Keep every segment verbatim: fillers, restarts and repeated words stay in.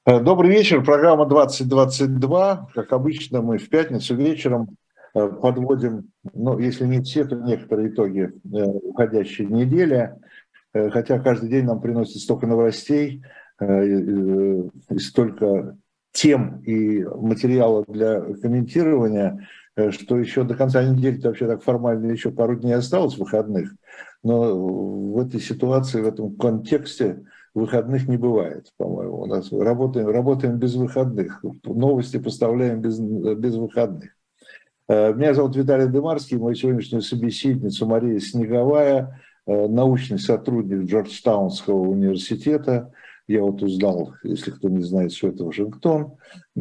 Э, Добрый вечер, программа двадцать двадцать два. Как обычно, мы в пятницу вечером э, подводим, ну, если не все, то некоторые итоги э, уходящей недели. Э, Хотя каждый день нам приносит столько новостей, э, э, и столько тем и материалов для комментирования, э, что еще до конца недели вообще так формально еще пару дней осталось выходных. Но в этой ситуации, в этом контексте выходных не бывает, по-моему. У нас работаем, работаем без выходных. Новости поставляем без, без выходных. Э, Меня зовут Виталий Дымарский, мою сегодняшнюю собеседницу Мария Снеговая, э, научный сотрудник Джорджтаунского университета. Я вот узнал, если кто не знает, что это Вашингтон.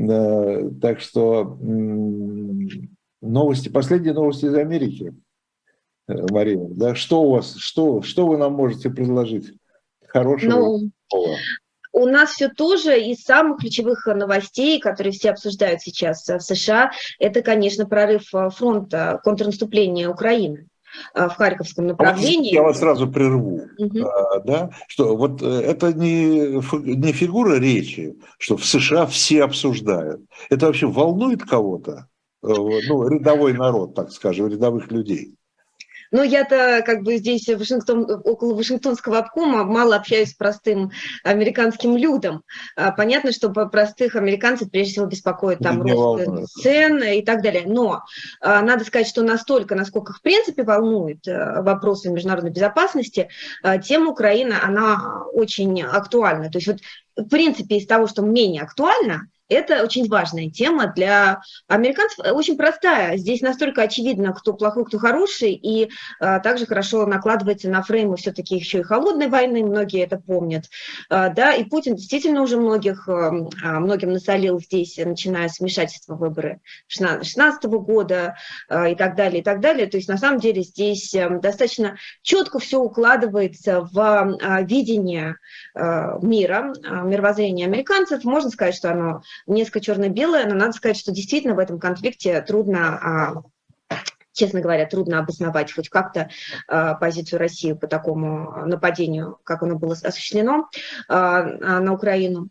Э, Так что м, новости, последние новости из Америки, э, Мария. Да, что у вас, что, что вы нам можете предложить хорошего и Ну, плохого? у нас все тоже из самых ключевых новостей, которые все обсуждают сейчас э, в США, это, конечно, прорыв э, фронта контрнаступления Украины э, в Харьковском А вот извините, я направлении. вас сразу прерву, Мгм. А, да, что вот э, это не, фи- не фигура речи, что в США все обсуждают. Это вообще волнует кого-то? Э, Ну, рядовой народ, так скажем, рядовых людей. Ну, я-то как бы здесь в Вашингтон, около Вашингтонского обкома мало общаюсь с простым американским людом. А, Понятно, что по- простых американцев прежде всего беспокоит Не, там не рост волнует. цен и так далее. Но а, надо сказать, что настолько, насколько в принципе волнует а, вопросы международной безопасности, а, тема Украины, она очень актуальна. То есть вот в принципе из того, что менее актуально, это очень важная тема для американцев, э, очень простая. Здесь настолько очевидно, кто плохой, кто хороший, и а, также хорошо накладывается на фреймы все-таки еще и холодной войны, многие это помнят. А, Да, и Путин действительно уже многих, эм, а, многим насолил здесь, начиная с вмешательства в выборы две тысячи шестнадцатого года а, и так далее, и так далее. То есть на самом деле здесь эм, достаточно четко все укладывается в а, видение а, мира, а, мировоззрение американцев. Можно сказать, что оно несколько черно-белое, но надо сказать, что действительно в этом конфликте трудно а, честно говоря, трудно обосновать хоть как-то э, позицию России по такому нападению, как оно было осуществлено э, на Украину.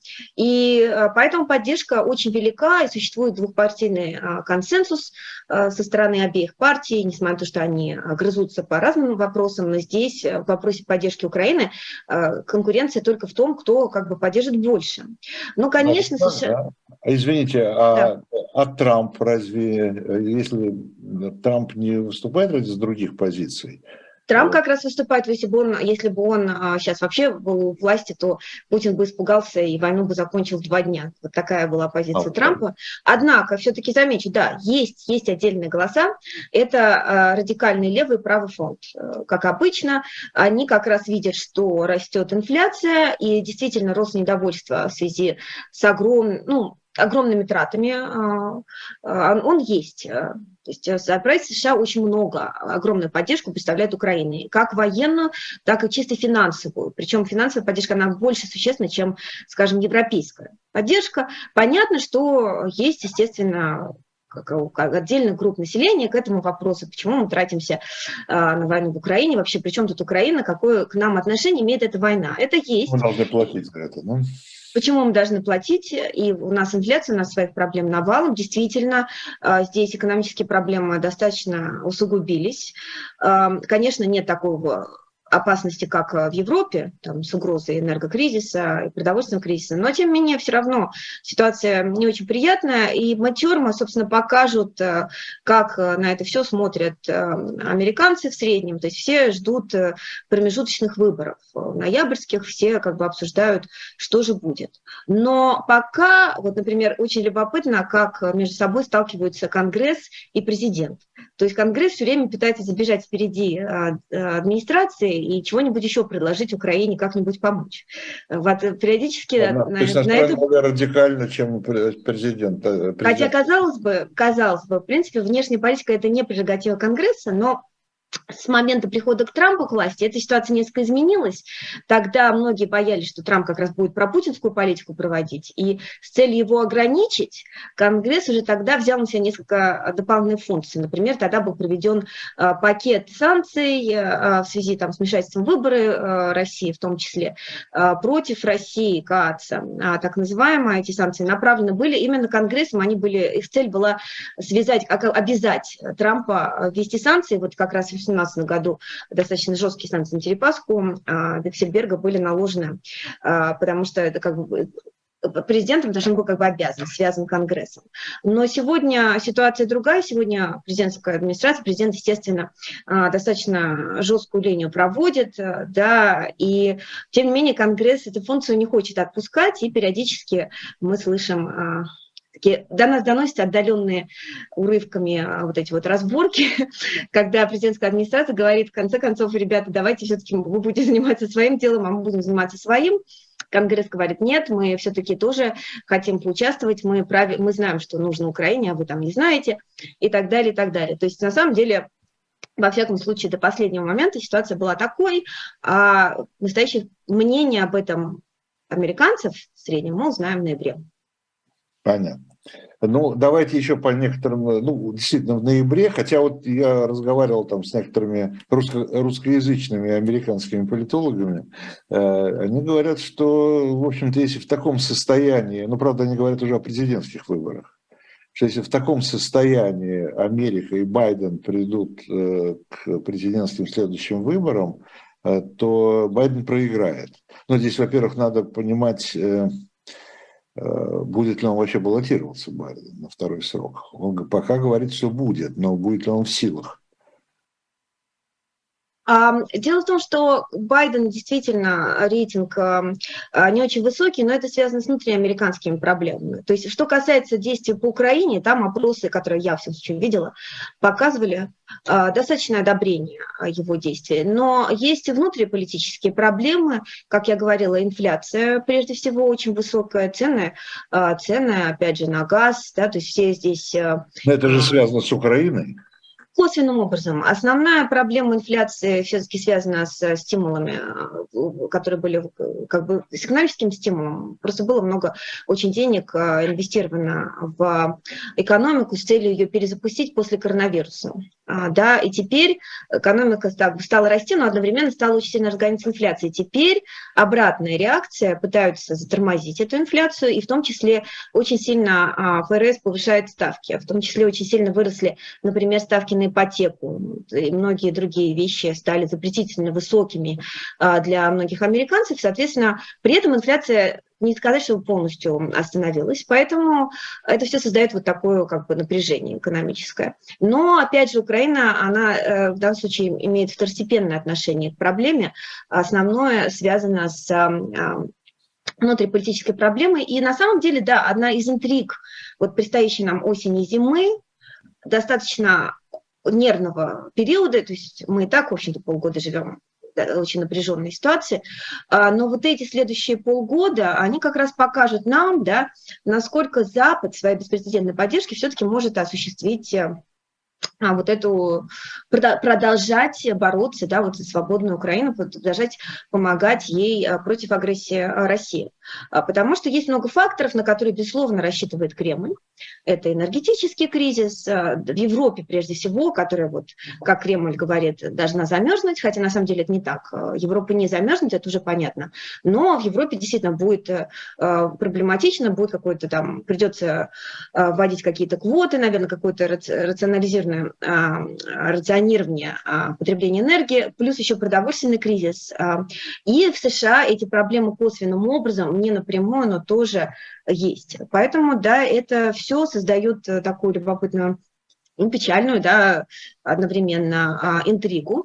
И э, поэтому поддержка очень велика, и существует двухпартийный э, консенсус э, со стороны обеих партий, несмотря на то, что они грызутся по разным вопросам, но здесь в вопросе поддержки Украины э, конкуренция только в том, кто как бы поддержит больше. Ну, Ну, это конечно, так, США... да. А извините, Да. а, а Трамп разве, э, если Трамп не выступает ради других позиций? Трамп э, как раз выступает, если бы он, если бы он а, сейчас вообще был у власти, то Путин бы испугался и войну бы закончил в два дня. Вот такая была а, позиция вот. Трампа. Однако, все-таки замечу, да, есть, есть отдельные голоса. Это а, радикальный левый и правый фронт. Э, Как обычно, они как раз видят, что растет инфляция, и действительно рост недовольства в связи с огромным, ну, огромными тратами, а, а, он есть. То есть э, правительство США очень много, огромную поддержку представляет Украине, как военную, так и чисто финансовую. Причем финансовая поддержка, она больше существенна, чем, скажем, европейская поддержка. Понятно, что есть, естественно, как, как отдельных групп населения к этому вопросу, почему мы тратимся а, на войну в Украине, вообще, причем тут Украина, какое к нам отношение имеет эта война. Это Мы есть. должны платить за это, ну? Почему мы должны платить? И у нас инфляция, у нас своих проблем навалом. Действительно, а, здесь экономические проблемы достаточно усугубились. А, Конечно, нет такого опасности, как в Европе, там, с угрозой энергокризиса и продовольственного кризиса, но, тем не менее, все равно ситуация не очень приятная, и матюрмы, собственно, покажут, э, как на это все смотрят э, американцы в среднем, то есть все ждут э, промежуточных выборов, ноябрьских, все как бы обсуждают, что же будет. Но пока, вот, например, очень любопытно, как между собой сталкиваются Конгресс и президент. То есть Конгресс все время пытается забежать впереди администрации и чего-нибудь еще предложить Украине, как-нибудь помочь. Вот периодически Ладно. То на, есть на настроен это... более радикально, чем президент. э, Хотя, президент. казалось бы, казалось бы, в принципе, внешняя политика – это не прерогатива Конгресса, но с момента прихода к Трампу к власти эта ситуация несколько изменилась. Тогда многие боялись, что Трамп как раз будет пропутинскую политику проводить. И с целью его ограничить, Конгресс уже тогда взял на себя несколько дополнительных функций. Например, тогда был проведен э, пакет санкций э, в связи там, с вмешательством в выборы э, России, в том числе э, против России, КААТСа, а, так называемые. Эти санкции направлены были именно Конгрессом. Они были, их цель была связать, обязать Трампа ввести санкции, вот как раз в две тысячи семнадцатом году достаточно жесткие санкции на Дерипаску Вексельберга были наложены, потому что это как бы президентом, потому что он был как бы обязан, связан с Конгрессом. Но сегодня ситуация другая. Сегодня президентская администрация, президент, естественно, достаточно жесткую линию проводит, да, и тем не менее Конгресс эту функцию не хочет отпускать, и периодически мы слышим... Такие, до нас доносятся отдаленные урывками вот эти вот разборки, когда президентская администрация говорит, в конце концов, ребята, давайте все-таки вы будете заниматься своим делом, а мы будем заниматься своим. Конгресс говорит, нет, мы все-таки тоже хотим поучаствовать, мы, прав... мы знаем, что нужно Украине, а вы там не знаете, и так далее, и так далее. То есть на самом деле, во всяком случае, до последнего момента ситуация была такой, а настоящее мнение об этом американцев в среднем мы узнаем в ноябре. Понятно. Ну, давайте еще по некоторым, ну, действительно, в ноябре, хотя вот я разговаривал там с некоторыми русско- русскоязычными американскими политологами, э, они говорят, что, в общем-то, если в таком состоянии, ну, правда, они говорят уже о президентских выборах, что если в таком состоянии Америка и Байден придут э, к президентским следующим выборам, э, то Байден проиграет. Но здесь, во-первых, надо понимать... Э, будет ли он вообще баллотироваться, Байден, на второй срок. Он пока говорит, что будет, но будет ли он в силах? Дело в том, что Байден действительно рейтинг не очень высокий, но это связано с внутриамериканскими проблемами. То есть, что касается действий по Украине, там опросы, которые я, в всяком случае, видела, показывали достаточное одобрение его действий. Но есть и внутриполитические проблемы, как я говорила, инфляция, прежде всего, очень высокая, цены, цены опять же, на газ, да, то есть все здесь... Но это же связано с Украиной. Косвенным образом. Основная проблема инфляции все-таки связана с стимулами, которые были как бы с экономическим стимулом. Просто было много очень денег инвестировано в экономику с целью ее перезапустить после коронавируса. Да, и теперь экономика стала расти, но одновременно стала очень сильно разгоняться инфляция. Теперь обратная реакция, пытаются затормозить эту инфляцию, и в том числе очень сильно ФРС повышает ставки, в том числе очень сильно выросли, например, ставки на ипотеку, и многие другие вещи стали запретительно высокими для многих американцев, соответственно, при этом инфляция не сказать, что полностью остановилась, поэтому это все создает вот такое как бы напряжение экономическое. Но, опять же, Украина, она в данном случае имеет второстепенное отношение к проблеме, основное связано с внутриполитической проблемой, и на самом деле, да, одна из интриг вот предстоящей нам осени и зимы, достаточно нервного периода, то есть мы и так, в общем-то, полгода живем в очень напряженной ситуации, но вот эти следующие полгода, они как раз покажут нам, да, насколько Запад своей беспрецедентной поддержки все-таки может осуществить а вот эту, продолжать бороться, да, вот за свободную Украину, продолжать помогать ей против агрессии России. Потому что есть много факторов, на которые, безусловно, рассчитывает Кремль. Это энергетический кризис в Европе, прежде всего, которая, вот, как Кремль говорит, должна замерзнуть, хотя на самом деле это не так. Европа не замерзнет, это уже понятно. Но в Европе действительно будет проблематично, будет какой-то там, придется вводить какие-то квоты, наверное, какое-то рационализированное рационирование потребления энергии, плюс еще продовольственный кризис. И в США эти проблемы косвенным образом, не напрямую, но тоже есть. Поэтому, да, это все создает такую любопытную, ну, печальную, да, одновременно интригу.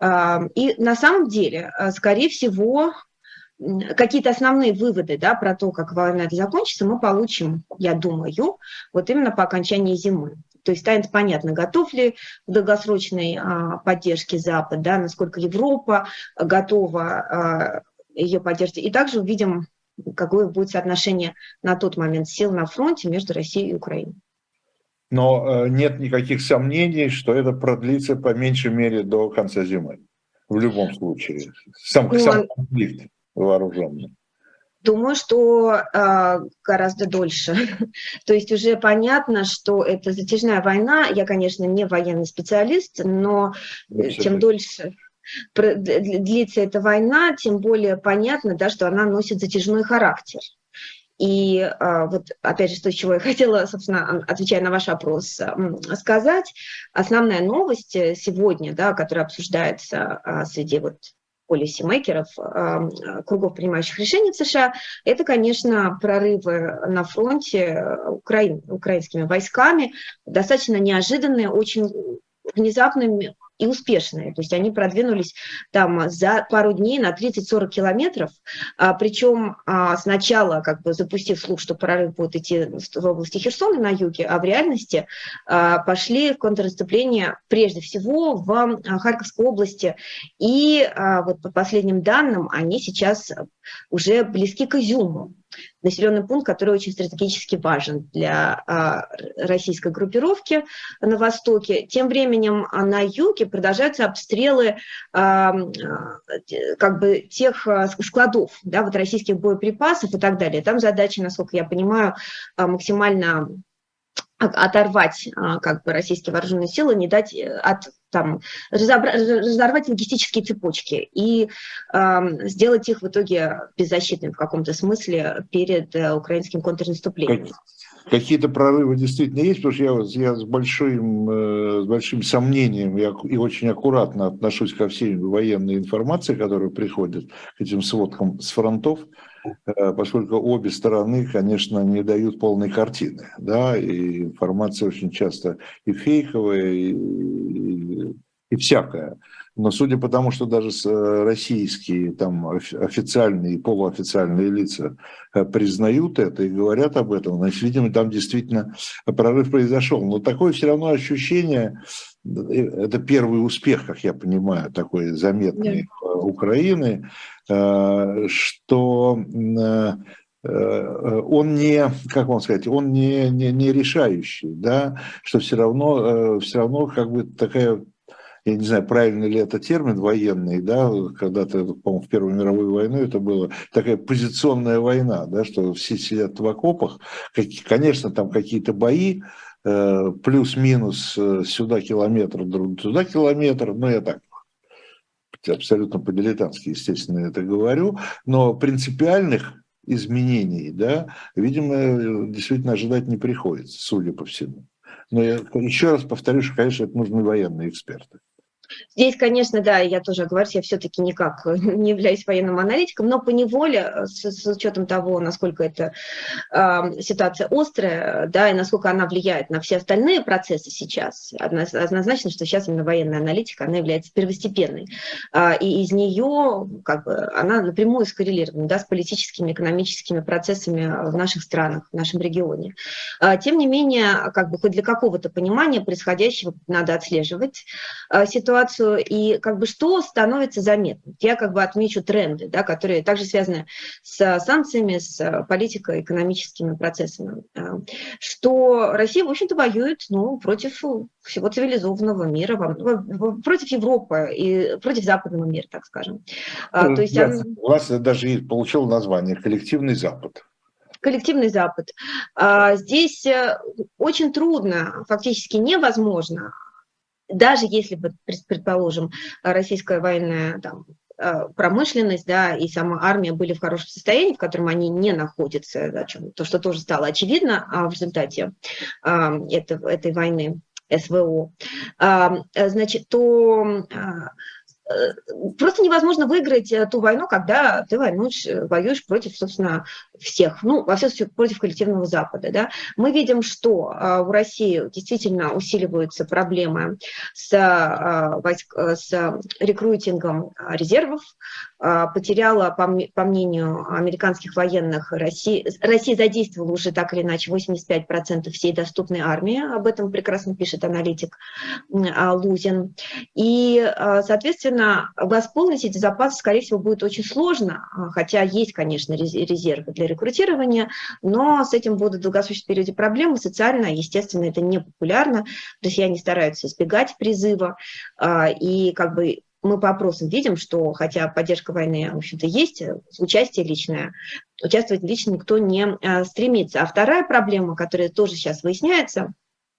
И на самом деле, скорее всего, какие-то основные выводы, да, про то, как война это закончится, мы получим, я думаю, вот именно по окончании зимы. То есть станет понятно, готов ли к долгосрочной а, поддержке Запад, да, насколько Европа готова а, ее поддерживать. И также увидим, какое будет соотношение на тот момент сил на фронте между Россией и Украиной. Но нет никаких сомнений, что это продлится по меньшей мере до конца зимы. В любом случае. Сам, Ну, сам конфликт вооруженный. Думаю, что э, гораздо дольше. То есть уже понятно, что это затяжная война. Я, конечно, не военный специалист, но чем дольше длится эта война, тем более понятно, да, что она носит затяжной характер. И э, вот опять же, то, с чего я хотела, собственно, отвечая на ваш вопрос, э, сказать, основная новость сегодня, да, которая обсуждается э, среди вот полисимейкеров, кругов принимающих решений в США, это, конечно, прорывы на фронте Украины, украинскими войсками, достаточно неожиданные, очень внезапными и успешные. То есть они продвинулись там за пару дней на тридцать-сорок километров, а, причем а, сначала как бы запустив слух, что прорыв будет идти в области Херсона на юге, а в реальности а, пошли в контрнаступление прежде всего в а, Харьковской области. И а, вот по последним данным они сейчас уже близки к Изюму. Населенный пункт, который очень стратегически важен для а, российской группировки на востоке. Тем временем на юге продолжаются обстрелы а, как бы тех складов, да, вот российских боеприпасов и так далее. Там задача, насколько я понимаю, максимально оторвать как бы российские вооруженные силы, не дать от там разобра- разорвать логистические цепочки и э, сделать их в итоге беззащитными в каком-то смысле перед э, украинским контрнаступлением. Какие-то прорывы действительно есть, потому что я, я с, большим, э, с большим сомнением я, и очень аккуратно отношусь ко всей военной информации, которая приходит к этим сводкам с фронтов, э, поскольку обе стороны, конечно, не дают полной картины, да, и информация очень часто и фейковая, и, и, и всякая. Но судя по тому, что даже российские там, официальные и полуофициальные лица признают это и говорят об этом, значит, видимо, там действительно прорыв произошел. Но такое все равно ощущение, это первый успех, как я понимаю, такой заметный yeah. Украины, что он не, как вам сказать, он не, не, не решающий, да, что все равно, все равно как бы такая... Я не знаю, правильный ли это термин военный, да, когда-то, по-моему, в Первую мировую войну это была такая позиционная война, да, что все сидят в окопах, конечно, там какие-то бои, плюс-минус сюда километр, туда километр, ну, я так абсолютно по-дилетантски, естественно, это говорю, но принципиальных изменений, да, видимо, действительно ожидать не приходится, судя по всему. Но я еще раз повторю, что, конечно, это нужны военные эксперты. Здесь, конечно, да, я тоже говорю, я все-таки никак не являюсь военным аналитиком, но поневоле, с, с учетом того, насколько эта э, ситуация острая, да, и насколько она влияет на все остальные процессы сейчас, однозначно, что сейчас именно военная аналитика, она является первостепенной. Э, и из нее, как бы, она напрямую скоррелирована, да, с политическими, экономическими процессами в наших странах, в нашем регионе. Э, тем не менее, как бы, хоть для какого-то понимания происходящего надо отслеживать э, ситуацию, и как бы что становится заметным. Я как бы отмечу тренды, да, которые также связаны с санкциями, с политико-экономическими процессами. Что Россия, в общем-то, воюет, ну, против всего цивилизованного мира, против Европы и против западного мира, так скажем. Ну, То есть да, он... У нас даже получил название «Коллективный Запад». Коллективный Запад. Здесь очень трудно, фактически невозможно, даже если бы, предположим, российская военная там, промышленность, да, и сама армия были в хорошем состоянии, в котором они не находятся, да, то, что тоже стало очевидно в результате этого, этой войны СВО, значит, то просто невозможно выиграть ту войну, когда ты воюешь, воюешь против, собственно, всех, ну, во всяком случае, против коллективного Запада. Да. Мы видим, что в России действительно усиливаются проблемы с, с рекрутингом резервов. Потеряла, по мнению американских военных, Россия, Россия задействовала уже так или иначе восемьдесят пять процентов всей доступной армии. Об этом прекрасно пишет аналитик Лузин. И, соответственно, соответственно, восполнить эти запасы, скорее всего, будет очень сложно, хотя есть, конечно, резервы для рекрутирования, но с этим будут в долгосрочном периоде проблемы. Социально, естественно, это не популярно. Россияне стараются избегать призыва, и как бы мы по опросам видим, что хотя поддержка войны, в общем-то, есть, участие личное, участвовать лично никто не стремится. А вторая проблема, которая тоже сейчас выясняется,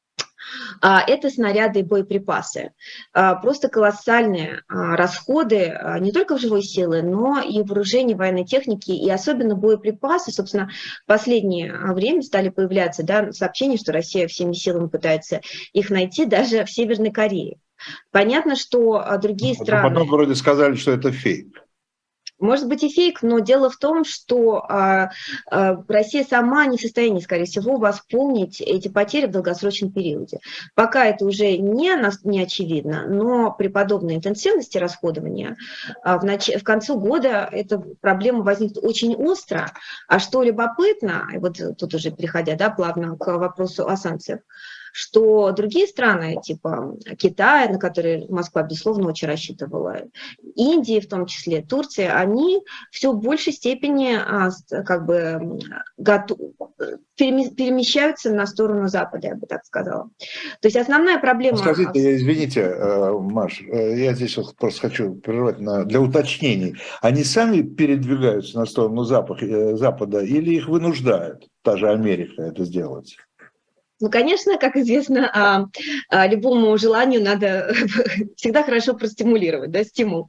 это снаряды и боеприпасы. Просто колоссальные расходы не только в живой силы, но и в вооружении, военной техники, и особенно боеприпасы. Собственно, в последнее время стали появляться, да, сообщения, что Россия всеми силами пытается их найти даже в Северной Корее. Понятно, что другие а страны... Потом вроде сказали, что это фейк. Может быть и фейк, но дело в том, что а, а, Россия сама не в состоянии, скорее всего, восполнить эти потери в долгосрочном периоде. Пока это уже не, не очевидно, но при подобной интенсивности расходования а, в, нач... в конце года эта проблема возникнет очень остро. А что любопытно, и вот тут уже переходя, да, плавно к вопросу о санкциях, что другие страны, типа Китая, на которые Москва, безусловно, очень рассчитывала, Индии в том числе, Турция, они все в большей степени как бы готов... перемещаются на сторону Запада, я бы так сказала. То есть основная проблема... Скажите, извините, Маш, я здесь вот просто хочу прервать на... для уточнений. Они сами передвигаются на сторону Запада или их вынуждают, та же Америка, это сделать? Ну, конечно, как известно, любому желанию надо всегда хорошо простимулировать, да, стимул.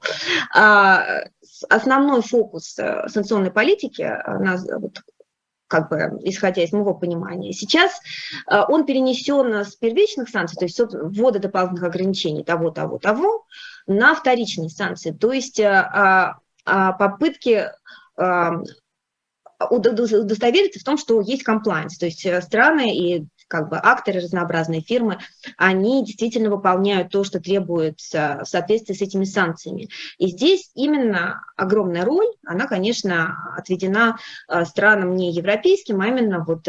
Основной фокус санкционной политики, как бы исходя из моего понимания, сейчас он перенесен с первичных санкций, то есть ввода дополнительных ограничений того, того, того, на вторичные санкции, то есть попытки удостовериться в том, что есть комплайнс, то есть страны и как бы акторы, разнообразные фирмы, они действительно выполняют то, что требуется в соответствии с этими санкциями. И здесь именно огромная роль, она, конечно, отведена странам не европейским, а именно вот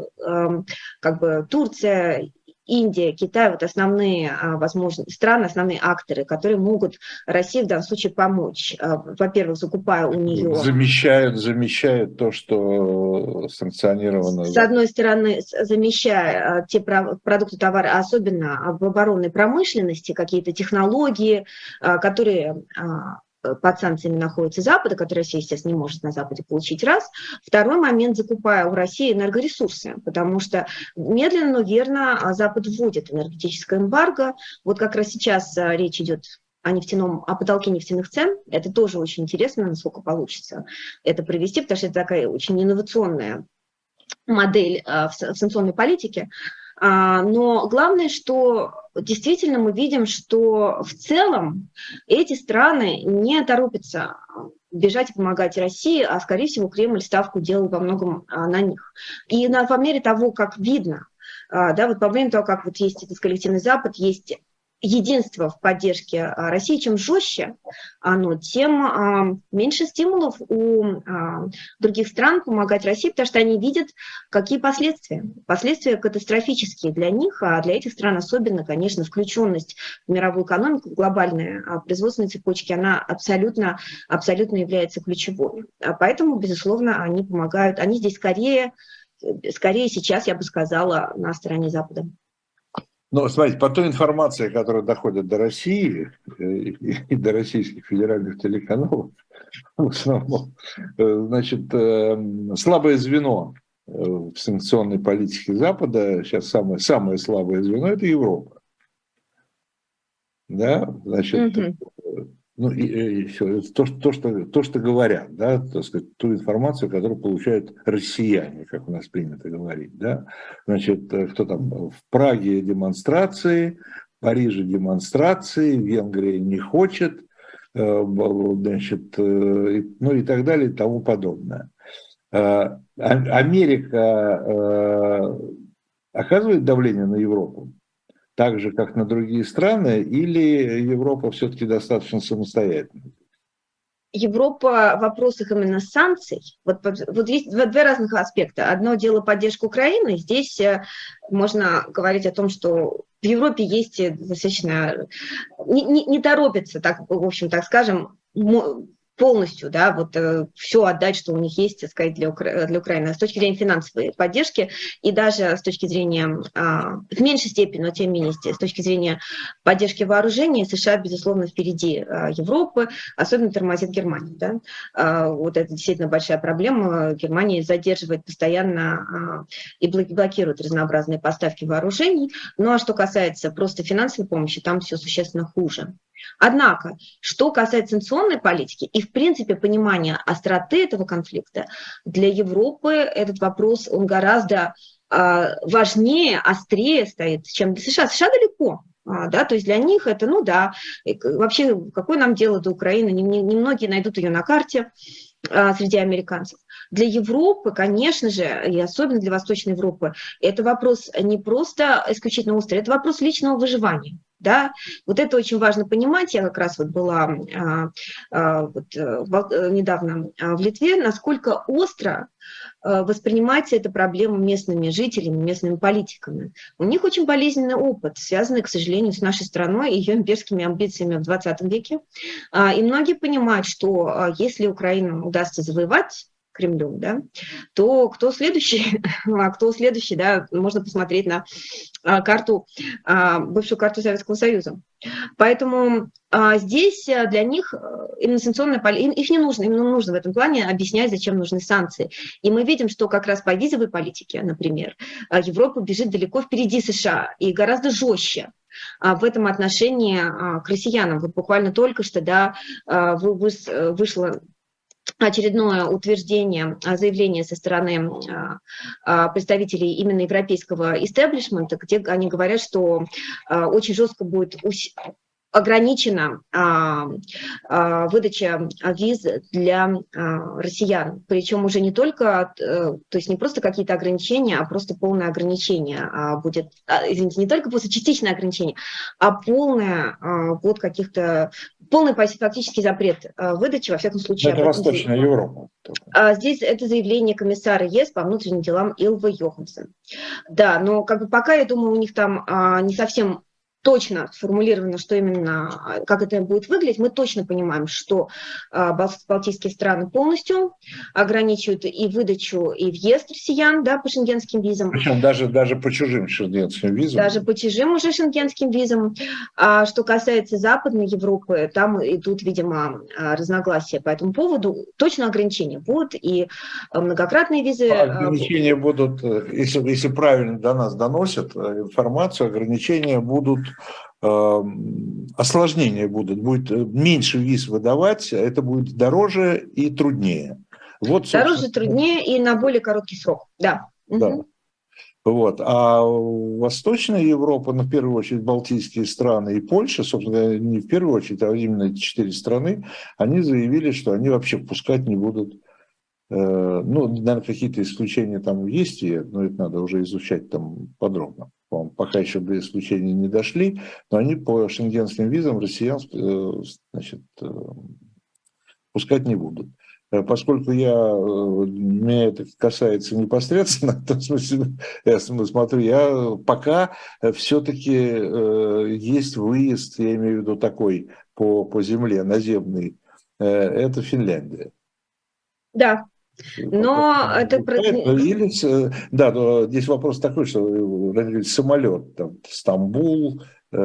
как бы Турция, Индия, Китай, вот основные возможные страны, основные акторы, которые могут России в данном случае помочь. Во-первых, закупая у нее... Замещают, замещают то, что санкционировано. С одной стороны, замещая те продукты, товары, особенно в оборонной промышленности, какие-то технологии, которые... под санкциями находится Запада, который Россия, естественно, не может на Западе получить, раз. Второй момент, закупая у России энергоресурсы, потому что медленно, но верно Запад вводит энергетическое эмбарго. Вот как раз сейчас речь идет о нефтяном, о потолке нефтяных цен. Это тоже очень интересно, насколько получится это провести, потому что это такая очень инновационная модель в санкционной политике. Но главное, что действительно мы видим, что в целом эти страны не торопятся бежать и помогать России, а, скорее всего, Кремль ставку делал во многом на них. И на, по мере того, как видно, да, вот по мере того, как вот есть этот коллективный Запад, есть единство в поддержке России, чем жестче оно, тем а, меньше стимулов у а, других стран помогать России, потому что они видят, какие последствия. Последствия катастрофические для них, а для этих стран особенно, конечно, включенность в мировую экономику, в глобальные а, производственные цепочки, она абсолютно, абсолютно является ключевой. А поэтому, безусловно, они помогают, они здесь скорее, скорее сейчас, я бы сказала, на стороне Запада. Ну, смотрите, по той информации, которая доходит до России и до российских федеральных телеканалов, в основном, значит, слабое звено в санкционной политике Запада, сейчас самое, самое слабое звено, это Европа. Да, значит, mm-hmm. ну, и, и все, то, то, что, то, что говорят, да, так сказать, ту информацию, которую получают россияне, как у нас принято говорить, да, значит, кто там, в Праге демонстрации, в Париже демонстрации, Венгрия не хочет, значит, ну и так далее и тому подобное. Америка оказывает давление на Европу? Так же, как на другие страны, или Европа все-таки достаточно самостоятельна? Европа в вопросах именно санкций, вот, вот есть два разных аспекта. Одно дело поддержка Украины, здесь можно говорить о том, что в Европе есть достаточно, не, не, не торопятся, так, в общем, так скажем, полностью, да, вот э, все отдать, что у них есть, так сказать, для, Укра... для Украины с точки зрения финансовой поддержки и даже с точки зрения, э, в меньшей степени, но тем не менее, с точки зрения поддержки вооружений, США, безусловно, впереди э, Европы, особенно тормозит Германию, да. Э, вот это действительно большая проблема. Германия задерживает постоянно э, и блокирует разнообразные поставки вооружений. Ну а что касается просто финансовой помощи, там все существенно хуже. Однако, что касается санкционной политики и, в принципе, понимания остроты этого конфликта, для Европы этот вопрос, он гораздо э, важнее, острее стоит, чем для США. США далеко. Да, то есть для них это, ну да, вообще какое нам дело до Украины, немногие найдут ее на карте а, среди американцев. Для Европы, конечно же, и особенно для Восточной Европы, это вопрос не просто исключительно острый, это вопрос личного выживания. Да? Вот это очень важно понимать. Я как раз вот была а, а, вот, недавно в Литве, насколько остро воспринимается эта проблема местными жителями, местными политиками. У них очень болезненный опыт, связанный, к сожалению, с нашей страной и ее имперскими амбициями в двадцатом веке. И многие понимают, что если Украину удастся завоевать Кремлем, да, то кто следующий, а кто следующий, да, можно посмотреть на карту, бывшую карту Советского Союза. Поэтому а, здесь для них именно санкционная политика, их не нужно, им нужно в этом плане объяснять, зачем нужны санкции. И мы видим, что как раз по визовой политике, например, Европа бежит далеко впереди США и гораздо жестче в этом отношении к россиянам. Вот буквально только что, да, вышло очередное утверждение, заявление со стороны представителей именно европейского истеблишмента, где они говорят, что очень жестко будет ограничена а, а, выдача виз для а, россиян. Причем уже не только, а, то есть не просто какие-то ограничения, а просто полное ограничение а, будет, а, извините, не только просто частичное ограничение, а полное а, вот каких-то, полный фактический запрет а, выдачи, во всяком случае. Это Восточная Европа. А, здесь это заявление комиссара ЕС по внутренним делам Илва Йоханссон. Да, но как бы пока, я думаю, у них там а, не совсем точно сформулировано, что именно, как это будет выглядеть. Мы точно понимаем, что а, балтийские страны полностью ограничивают и выдачу, и въезд россиян, да, по шенгенским визам. Причем даже, даже по чужим шенгенским визам. Даже по чужим уже шенгенским визам. А что касается Западной Европы, там идут, видимо, разногласия по этому поводу. Точно ограничения будут, и многократные визы... Ограничения будут, если, если правильно до нас доносят информацию, ограничения будут, э, осложнения будут, будет меньше виз выдавать, это будет дороже и труднее. Вот, дороже, труднее и на более короткий срок, да. Да. Угу. Вот. А Восточная Европа, ну, в первую очередь, Балтийские страны и Польша, собственно, не в первую очередь, а именно эти четыре страны, они заявили, что они вообще впускать не будут. Ну, наверное, какие-то исключения там есть, но это надо уже изучать там подробно. Пока еще до исключений не дошли, но они по шенгенским визам россиян, значит, пускать не будут. Поскольку я, меня это касается непосредственно, в том смысле, я смотрю, я пока все-таки есть выезд, я имею в виду такой по, по земле, наземный, это Финляндия. Да. Но это... Или, да, но здесь вопрос такой, что самолет, там, Стамбул,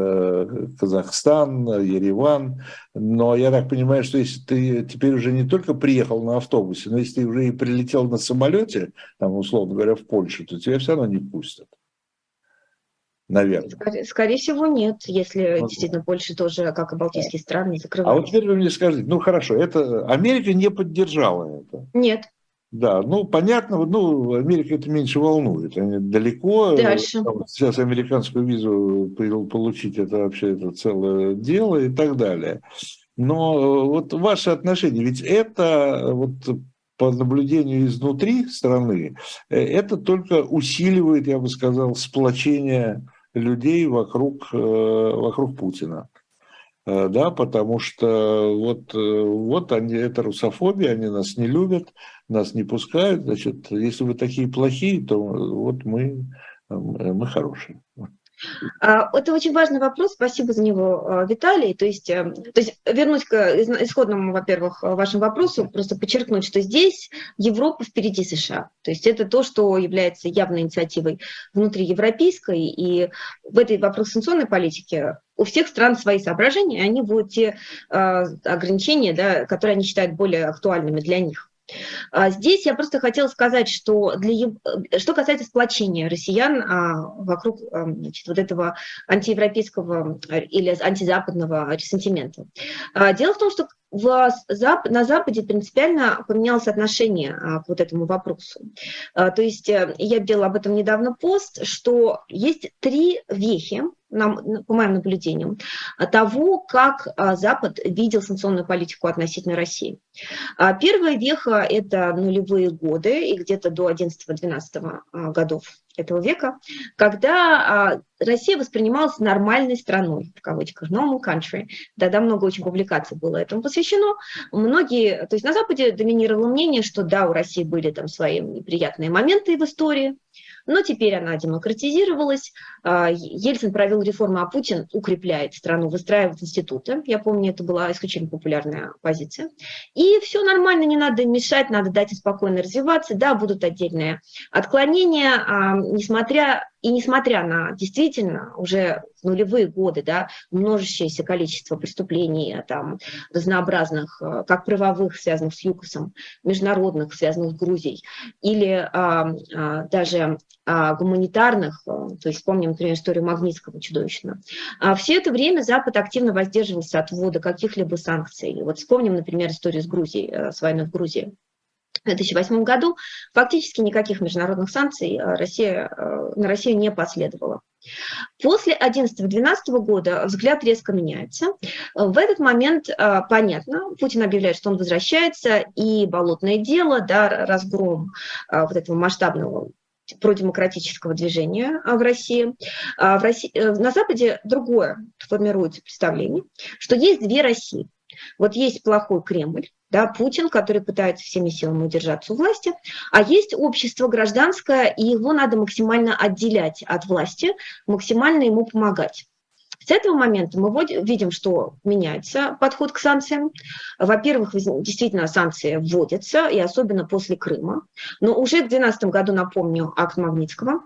Казахстан, Ереван, но я так понимаю, что если ты теперь уже не только приехал на автобусе, но если ты уже и прилетел на самолете, там, условно говоря, в Польшу, то тебя все равно не пустят. Наверное. Скорее, скорее всего, нет, если вот. Действительно Польша тоже, как и балтийские страны, не закрывают. А вот теперь вы мне скажите, ну хорошо, это Америка не поддержала это. Нет. Да, ну понятно, ну Америка это меньше волнует, они далеко. Дальше. Сейчас американскую визу получить это вообще это целое дело и так далее. Но вот ваши отношения, ведь это вот по наблюдению изнутри страны, это только усиливает, я бы сказал, сплочение людей вокруг, вокруг Путина. Да, потому что вот, вот они, это русофобия, они нас не любят, нас не пускают, значит, если вы такие плохие, то вот мы, мы хорошие. Это очень важный вопрос, спасибо за него, Виталий. То есть, то есть вернусь к исходному, во-первых, вашему вопросу, просто подчеркнуть, что здесь Европа впереди США. То есть это то, что является явной инициативой внутриевропейской, и в этой вопросе санкционной политики у всех стран свои соображения, и они будут те ограничения, да, которые они считают более актуальными для них. Здесь я просто хотела сказать, что для, что касается сплочения россиян вокруг, значит, вот этого антиевропейского или антизападного ресентимента. Дело в том, что в, на Западе принципиально поменялось отношение к вот этому вопросу. То есть я делала об этом недавно пост, что есть три вехи, по моим наблюдениям, того, как Запад видел санкционную политику относительно России. Первая веха – это нулевые годы и где-то до одиннадцатого-двенадцатого годов этого века, когда Россия воспринималась нормальной страной, в кавычках, normal country. Тогда много очень публикаций было этому посвящено. Многие, то есть на Западе доминировало мнение, что да, у России были там свои неприятные моменты в истории, но теперь она демократизировалась. Ельцин провел реформу, а Путин укрепляет страну, выстраивает институты. Я помню, это была исключительно популярная позиция. И все нормально, не надо мешать, надо дать им спокойно развиваться. Да, будут отдельные отклонения, несмотря... И несмотря на действительно уже в нулевые годы, да, множащееся количество преступлений там, разнообразных, как правовых, связанных с ЮКОСом, международных, связанных с Грузией, или а, а, даже а, гуманитарных, то есть вспомним, например, историю Магнитского чудовищно, а, все это время Запад активно воздерживался от ввода каких-либо санкций. Вот вспомним, например, историю с Грузией, с войной в Грузии. В две тысячи восьмом году фактически никаких международных санкций Россия, на Россию не последовало. После две тысячи одиннадцатого-двенадцатого года взгляд резко меняется. В этот момент понятно, Путин объявляет, что он возвращается, и болотное дело, да, разгром вот этого масштабного продемократического движения в России. В России. На Западе другое формируется представление, что есть две России. Вот есть плохой Кремль, да, Путин, который пытается всеми силами удержаться у власти, а есть общество гражданское, и его надо максимально отделять от власти, максимально ему помогать. С этого момента мы видим, что меняется подход к санкциям. Во-первых, действительно санкции вводятся, и особенно после Крыма. Но уже в две тысячи двенадцатом году, напомню, акт Магнитского.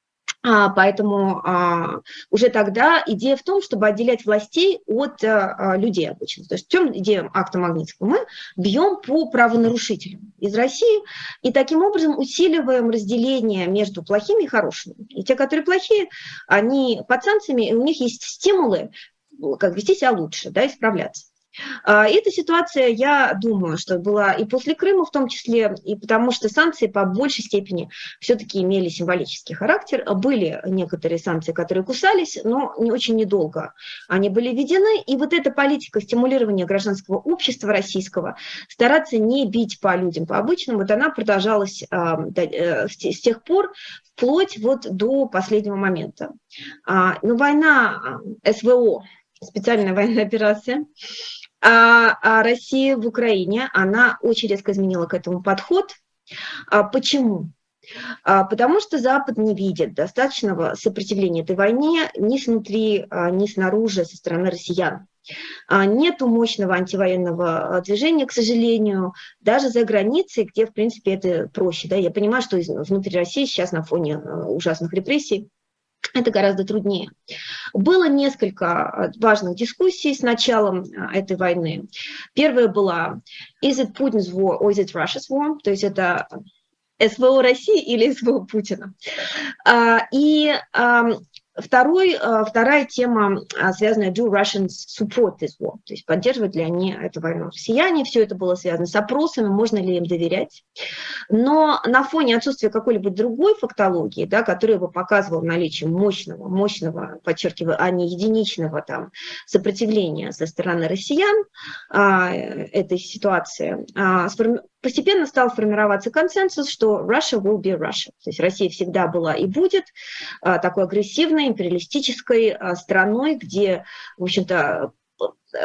А, поэтому а, уже тогда идея в том, чтобы отделять властей от а, людей обычно. То есть в чем идея акта Магнитского? Мы бьем по правонарушителям из России и таким образом усиливаем разделение между плохими и хорошими. И те, которые плохие, они под санкциями, и у них есть стимулы, как вести себя лучше, да, исправляться. Эта ситуация, я думаю, что была и после Крыма в том числе, и потому что санкции по большей степени все-таки имели символический характер. Были некоторые санкции, которые кусались, но не очень недолго они были введены. И вот эта политика стимулирования гражданского общества российского, стараться не бить по людям, по обычным, вот она продолжалась с тех пор, вплоть вот до последнего момента. Но война СВО, специальная военная операция, А, а Россия в Украине, она очень резко изменила к этому подход. А почему? А потому что Запад не видит достаточного сопротивления этой войне ни снутри, ни снаружи со стороны россиян. Нету мощного антивоенного движения, к сожалению, даже за границей, где, в принципе, это проще. Да? Я понимаю, что внутри России сейчас на фоне ужасных репрессий это гораздо труднее. Было несколько важных дискуссий с началом этой войны. Первая была «Is it Putin's war or is it Russia's war?» То есть это СВО России или СВО Путина. И Второй, вторая тема, связанная «Do Russians support this war?» То есть поддерживают ли они эту войну россияне. Все это было связано с опросами, можно ли им доверять. Но на фоне отсутствия какой-либо другой фактологии, да, которая бы показывала наличие мощного, мощного, подчеркиваю, а не единичного там, сопротивления со стороны россиян а, этой ситуации, а, сформи... постепенно стал формироваться консенсус, что Russia will be Russia. То есть Россия всегда была и будет а, такой агрессивной, империалистической а, страной, где, в общем-то,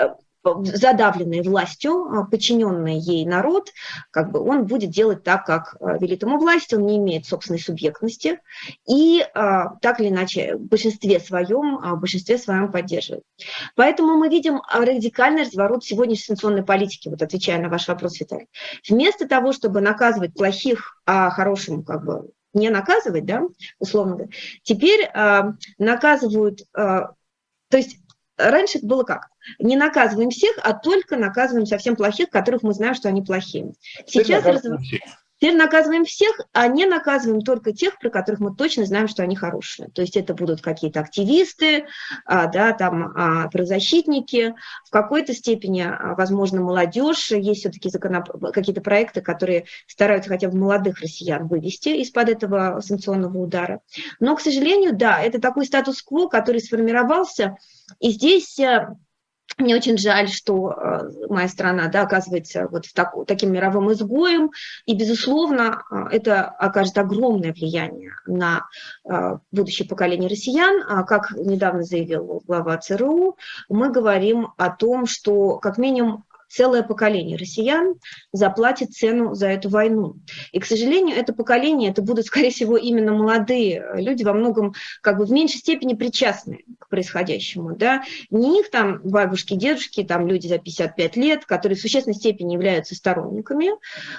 задавленный властью, подчиненный ей народ, как бы он будет делать так, как велит ему власть, он не имеет собственной субъектности и так или иначе в большинстве своем, в большинстве своем поддерживает. Поэтому мы видим радикальный разворот сегодняшней санкционной политики, вот отвечая на ваш вопрос, Виталий. Вместо того, чтобы наказывать плохих, а хорошим как бы не наказывать, да, условно говоря, теперь наказывают, то есть раньше это было как? Не наказываем всех, а только наказываем совсем плохих, которых мы знаем, что они плохие. Сейчас наказываем, раз... Теперь наказываем всех, а не наказываем только тех, про которых мы точно знаем, что они хорошие. То есть это будут какие-то активисты, да, там, правозащитники, в какой-то степени, возможно, молодежь. Есть все-таки законоп... какие-то проекты, которые стараются хотя бы молодых россиян вывести из-под этого санкционного удара. Но, к сожалению, да, это такой статус-кво, который сформировался. И здесь мне очень жаль, что моя страна, да, оказывается вот в так, таким мировым изгоем, и, безусловно, это окажет огромное влияние на будущее поколение россиян. Как недавно заявил глава ЦРУ, мы говорим о том, что как минимум целое поколение россиян заплатит цену за эту войну. И, к сожалению, это поколение, это будут, скорее всего, именно молодые люди, во многом как бы в меньшей степени причастны к происходящему. Да? Не их там бабушки, дедушки, там люди за пятьдесят пять лет, которые в существенной степени являются сторонниками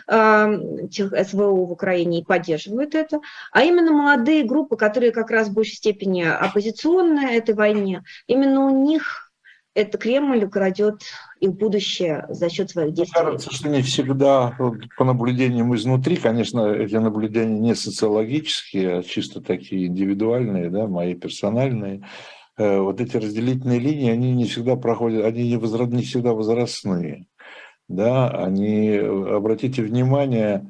э, тех СВО в Украине и поддерживают это, а именно молодые группы, которые как раз в большей степени оппозиционные этой войне, именно у них это Кремль украдет их будущее за счет своих действий. Мне кажется, что не всегда, по наблюдениям изнутри, конечно, эти наблюдения не социологические, а чисто такие индивидуальные, да, мои персональные. Вот эти разделительные линии, они не всегда проходят, они не, возра... не всегда возрастные. Да, они, обратите внимание,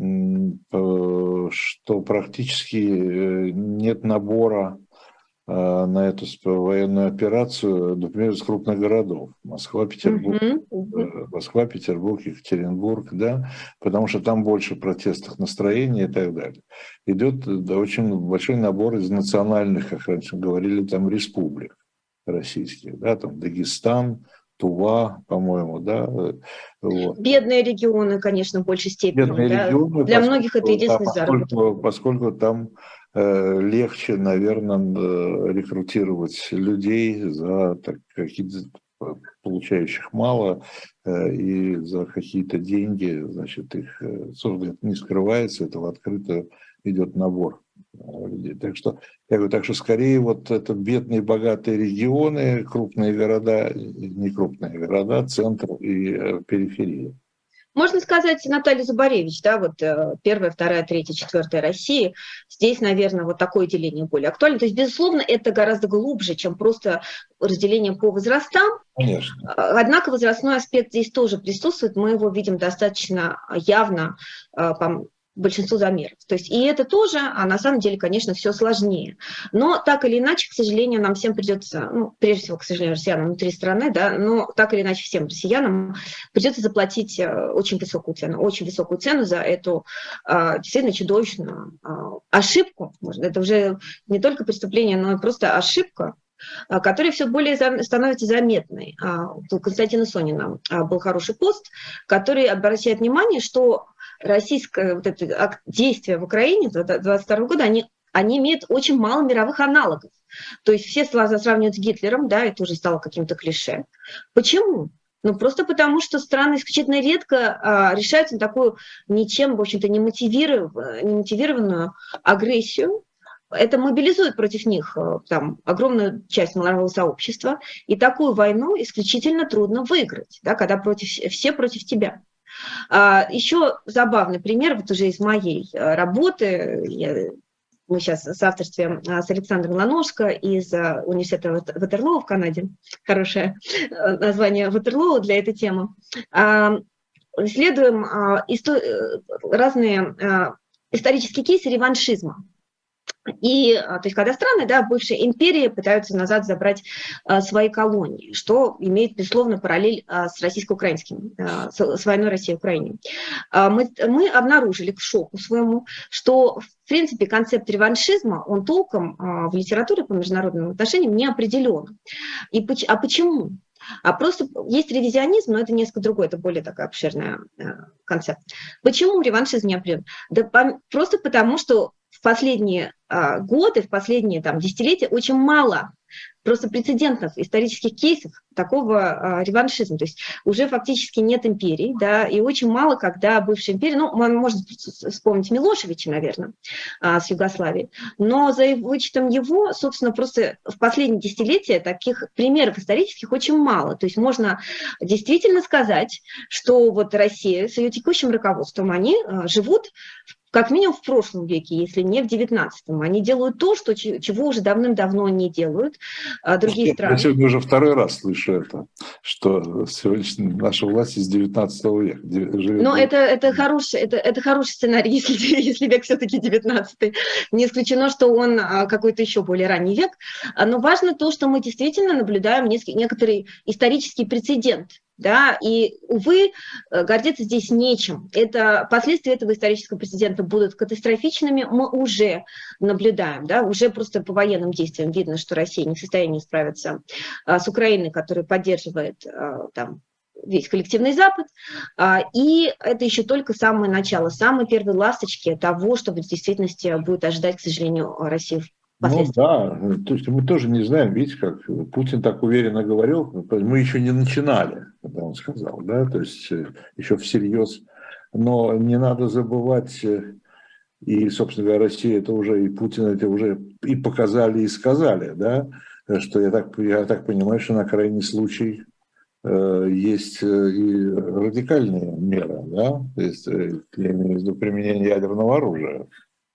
что практически нет набора на эту военную операцию, например, из крупных городов. Москва, Петербург, uh-huh, uh-huh. Москва, Петербург, Екатеринбург, да, потому что там больше протестных настроений и так далее. Идет да, очень большой набор из национальных, как раньше говорили, там республик российских, да, там Дагестан, Тува, по-моему, да. Вот. Бедные регионы, конечно, в большей степени. Бедные да? регионы, для многих это единственный да, заработок. Поскольку, поскольку там э, легче, наверное, рекрутировать людей за так, какие-то получающих мало э, и за какие-то деньги, значит, их э, не скрывается, этого открыто идет набор людей. Так что, я говорю, так что скорее вот это бедные, богатые регионы, крупные города, не крупные города, центр и э, периферия. Можно сказать, Наталья Зубаревич, да, вот первая, вторая, третья, четвертая России, здесь, наверное, вот такое деление более актуально. То есть, безусловно, это гораздо глубже, чем просто разделение по возрастам. Конечно. Однако возрастной аспект здесь тоже присутствует, мы его видим достаточно явно по большинству замеров. То есть, и это тоже, а на самом деле, конечно, все сложнее. Но так или иначе, к сожалению, нам всем придется, ну, прежде всего, к сожалению, россиянам внутри страны, да, но так или иначе всем россиянам придется заплатить очень высокую цену, очень высокую цену за эту а, действительно чудовищную а, ошибку. Это уже не только преступление, но и просто ошибка, которая все более становится заметной. У Константина Сонина был хороший пост, который обращает внимание, что российское вот это действие в Украине двадцать второго года, они, они имеют очень мало мировых аналогов. То есть все сравнивают с Гитлером, да, это уже стало каким-то клише. Почему? Ну, просто потому, что страны исключительно редко а, решаются на такую ничем, в общем-то, не мотивированную, не мотивированную агрессию. Это мобилизует против них там, огромную часть мирового сообщества, и такую войну исключительно трудно выиграть, да, когда против, все против тебя. А, еще забавный пример, вот уже из моей работы, я, мы сейчас в соавторстве с Александром Ланошко из университета Ватерлоо в Канаде, хорошее название Ватерлоо для этой темы, а, исследуем а, исто, разные а, исторические кейсы реваншизма. И, то есть, когда страны, да, бывшие империи пытаются назад забрать а, свои колонии, что имеет, безусловно, параллель а, с российско-украинским, а, с, с войной России и Украины. А, мы, мы обнаружили к шоку своему, что, в принципе, концепт реваншизма, он толком а, в литературе по международным отношениям не определен. И, а почему? а просто есть ревизионизм, но это несколько другое, это более такая обширная э, концепт. Почему реваншизм неопределен? Да по, просто потому, что в последние э, годы, в последние там, десятилетия очень мало просто прецедентных исторических кейсов такого э, реваншизма. То есть уже фактически нет империй, да, и очень мало, когда бывшая империя, ну, man, можно вспомнить Милошевича, наверное, э, с Югославии, но за вычетом его, собственно, просто в последние десятилетия таких примеров исторических очень мало. То есть можно действительно сказать, что вот Россия с ее текущим руководством, они э, живут как минимум в прошлом веке, если не в девятнадцатом. Они делают то, что, чего уже давным-давно не делают а другие Я страны. сегодня уже второй раз слышу это, что сегодня наша власть из девятнадцатого века. Но это, это, хороший, это, это хороший сценарий, если, если век все-таки девятнадцатый. Не исключено, что он какой-то еще более ранний век. Но важно то, что мы действительно наблюдаем некоторый исторический прецедент. Да, и, увы, гордиться здесь нечем. Это, последствия этого исторического прецедента будут катастрофичными, мы уже наблюдаем, да, уже просто по военным действиям видно, что Россия не в состоянии справиться а, с Украиной, которая поддерживает а, там, весь коллективный Запад, а, и это еще только самое начало, самые первые ласточки того, что в действительности будет ожидать, к сожалению, Россию. Ну да, то есть мы тоже не знаем, видите, как Путин так уверенно говорил, мы еще не начинали, когда он сказал, да, то есть еще всерьез, но не надо забывать, и, собственно говоря, Россия это уже, и Путин это уже и показали, и сказали, да, что я так, я так понимаю, что на крайний случай э, есть и радикальные меры, да, то есть я имею в виду применение ядерного оружия.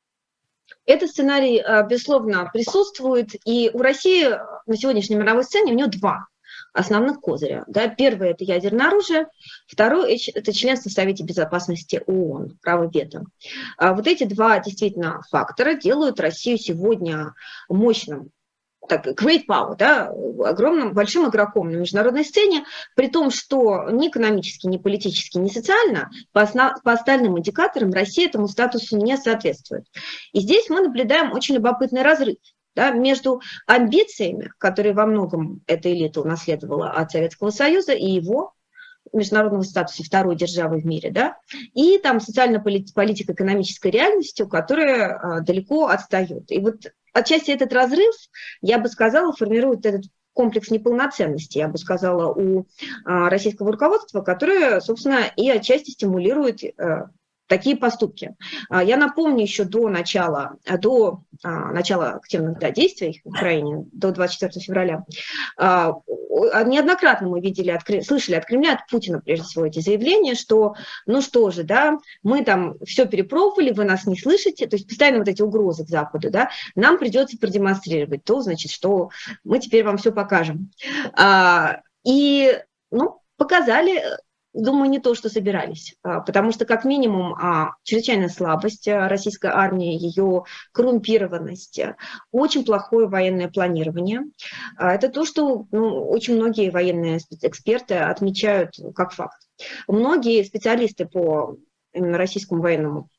Этот сценарий, безусловно, присутствует, и у России на сегодняшней мировой сцене у нее два основных козыря. Да. Первое – это ядерное оружие, второе – это членство в Совете Безопасности ООН, право вето. А вот эти два действительно фактора делают Россию сегодня мощным, так, great power, да, огромным, большим игроком на международной сцене, при том, что ни экономически, ни политически, ни социально по, основ, по остальным индикаторам Россия этому статусу не соответствует. И здесь мы наблюдаем очень любопытный разрыв, да, между амбициями, которые во многом эта элита унаследовала от Советского Союза и его международного статуса второй державы в мире, да, и там социально-политико-экономической реальностью, которая а, далеко отстает. И вот отчасти этот разрыв, я бы сказала, формирует этот комплекс неполноценности, я бы сказала, у а, российского руководства, которое, собственно, и отчасти стимулирует а, такие поступки. Я напомню, еще до начала, до а, начала активных да, действий в Украине, до двадцать четвёртого февраля, а, неоднократно мы видели, от, слышали от Кремля, от Путина прежде всего эти заявления, что ну что же, да, мы там все перепробовали, вы нас не слышите, то есть постоянно вот эти угрозы к Западу, да, нам придется продемонстрировать то, значит, что мы теперь вам все покажем. А, и, ну, показали. Думаю, не то, что собирались, потому что, как минимум, чрезвычайная слабость российской армии, ее коррумпированность, очень плохое военное планирование. Это то, что ну, очень многие военные эксперты отмечают как факт. Многие специалисты по именно российскому военному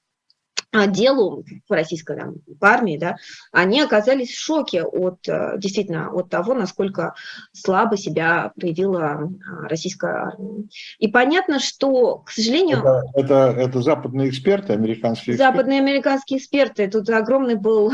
делу в российской там, армии, да, они оказались в шоке от, действительно, от того, насколько слабо себя проявила российская армия. И понятно, что, к сожалению... Это, это, это западные эксперты, американские эксперты? Западные американские эксперты. Тут огромный был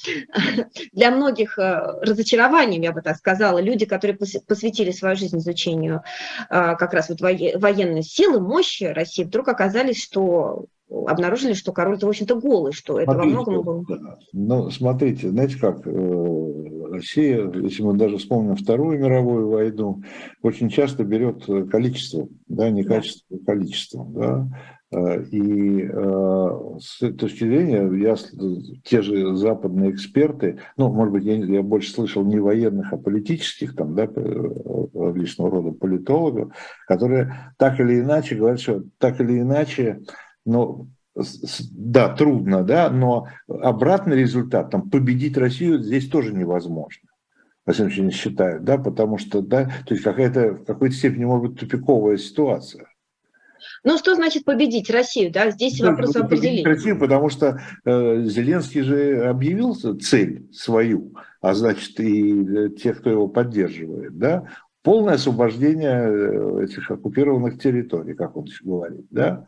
для многих разочарованием, я бы так сказала. Люди, которые посвятили свою жизнь изучению как раз вот военной силы, мощи России, вдруг оказались, что... обнаружили, что король-то, в общем-то, голый, что это смотрите, во многом было... Да. Ну, смотрите, знаете как, Россия, если мы даже вспомним Вторую мировую войну, очень часто берет количество, да, не качество, а количество, да. И с этой точки зрения, я, те же западные эксперты, ну, может быть, я, я больше слышал не военных, а политических, там, да, различного рода политологов, которые так или иначе говорят, что так или иначе, ну, да, трудно, да, но обратный результат, там, победить Россию здесь тоже невозможно. Во всяком случае, считают, да, потому что, да, то есть какая-то, в какой-то степени может быть тупиковая ситуация. Ну, что значит победить Россию, да, здесь да, вопрос определения. Россию, потому что э, Зеленский же объявил цель свою, а значит и те, кто его поддерживает, да, полное освобождение этих оккупированных территорий, как он говорит, да.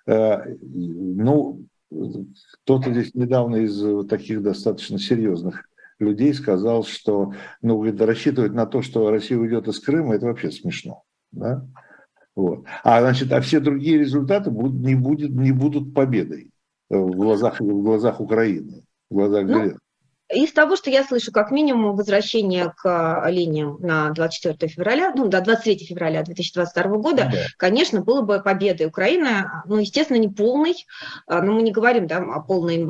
Ну, кто-то здесь недавно из таких достаточно серьезных людей сказал, что, ну, рассчитывать на то, что Россия уйдет из Крыма, это вообще смешно, да. Вот. А, значит, а все другие результаты будут, не, будет, не будут победой в глазах, в глазах Украины, в глазах Зеленского. Из того, что я слышу, как минимум возвращение к линиям на двадцать четвёртое февраля, ну, до двадцать третьего февраля две тысячи двадцать второго года, да, конечно, было бы победой Украины, ну, естественно, не полной, но мы не говорим, да, о полной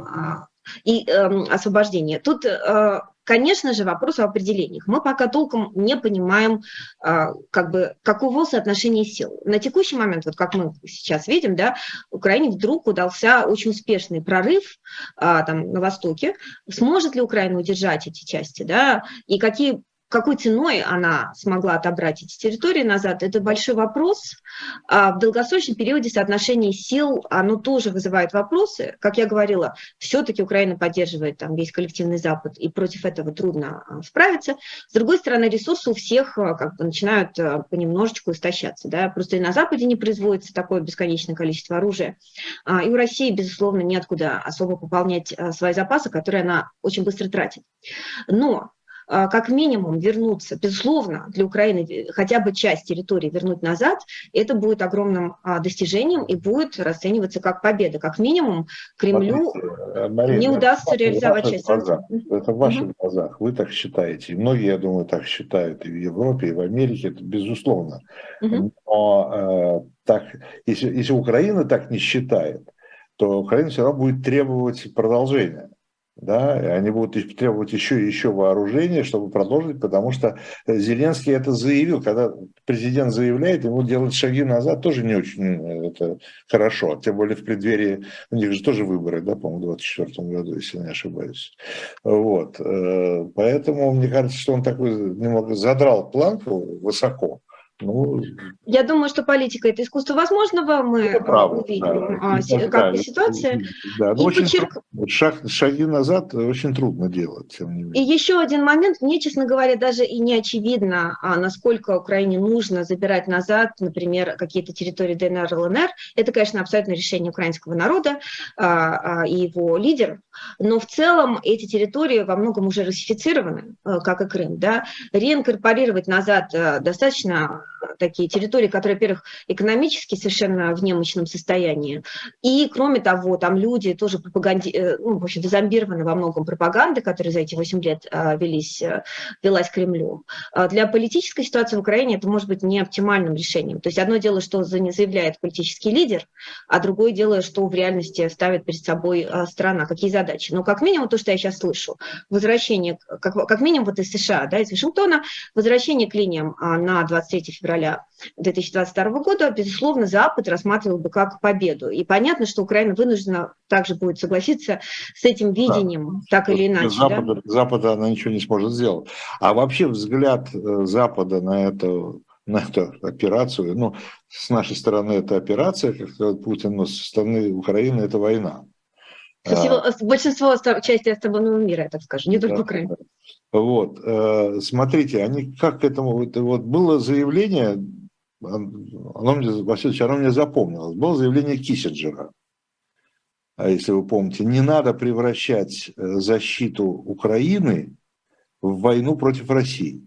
и э, освобождении. Тут, э, конечно же, вопрос о определениях. Мы пока толком не понимаем, э, как бы, каково соотношение сил. На текущий момент, вот как мы сейчас видим, да, Украине вдруг удался очень успешный прорыв э, там, на Востоке. Сможет ли Украина удержать эти части, да, и какие... Какой ценой она смогла отобрать эти территории назад, это большой вопрос. А в долгосрочном периоде соотношение сил, оно тоже вызывает вопросы. Как я говорила, все-таки Украина поддерживает там весь коллективный Запад, и против этого трудно справиться. С другой стороны, ресурсы у всех как бы начинают понемножечку истощаться. Да? Просто и на Западе не производится такое бесконечное количество оружия. И у России, безусловно, неоткуда особо пополнять свои запасы, которые она очень быстро тратит. Но как минимум вернуться, безусловно, для Украины хотя бы часть территории вернуть назад, это будет огромным достижением и будет расцениваться как победа. Как минимум Кремлю Смотрите, Марина, не удастся реализовать часть санкций. Это в ваших угу. глазах, вы так считаете. И многие, я думаю, так считают и в Европе, и в Америке, это безусловно. Угу. Но э, так, если, если Украина так не считает, то Украина все равно будет требовать продолжения. Да, и они будут требовать еще и еще вооружения, чтобы продолжить, потому что Зеленский это заявил. Когда президент заявляет, ему делать шаги назад тоже не очень это хорошо. Тем более в преддверии, у них же тоже выборы, да, по-моему, в двадцать четвёртом году, если не ошибаюсь. Вот. Поэтому мне кажется, что он такой немного задрал планку высоко. Ну, я думаю, что политика – это искусство возможного. Мы правда, увидим, да. как да, ситуация. Да, и очень подчерк... трудно, шаг, шаги назад очень трудно делать, тем не менее. И еще один момент. Мне, честно говоря, даже и не очевидно, насколько Украине нужно забирать назад, например, какие-то территории ДНР, ЛНР. Это, конечно, абсолютно решение украинского народа и его лидеров. Но в целом эти территории во многом уже русифицированы, как и Крым. Да? Реинкорпорировать назад достаточно такие территории, которые, во-первых, экономически совершенно в немощном состоянии, и, кроме того, там люди тоже пропаганди... ну, в общем-то, зомбированы во многом пропаганды, которые за эти восемь лет велись, велась Кремлю. Для политической ситуации в Украине это может быть не оптимальным решением. То есть одно дело, что заявляет политический лидер, а другое дело, что в реальности ставит перед собой страна, какие задачи. Но как минимум то, что я сейчас слышу, возвращение, как, как минимум вот из США, да, из Вашингтона, возвращение к линиям на двадцать третьего февраля две тысячи двадцать второго года, безусловно, Запад рассматривал бы как победу. И понятно, что Украина вынуждена также будет согласиться с этим видением, да, так или иначе. Запада, да? Запада она ничего не сможет сделать. А вообще взгляд Запада на это, на эту операцию, ну, с нашей стороны это операция, как сказал Путин, но со стороны Украины это война. Всего, а, большинство части остального мира, я так скажу, не только да, Украина. Вот, смотрите, они как к этому, вот, вот было заявление, оно мне, Васильевич, оно мне запомнилось, было заявление Киссинджера, если вы помните, не надо превращать защиту Украины в войну против России.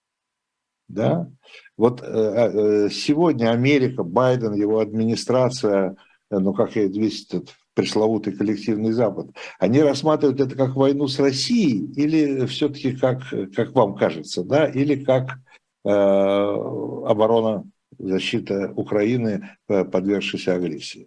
Да? Вот сегодня Америка, Байден, его администрация, ну как и весь этот пресловутый коллективный Запад, они рассматривают это как войну с Россией или все-таки как, как вам кажется, да, или как э, оборона, защита Украины, подвергшейся агрессии?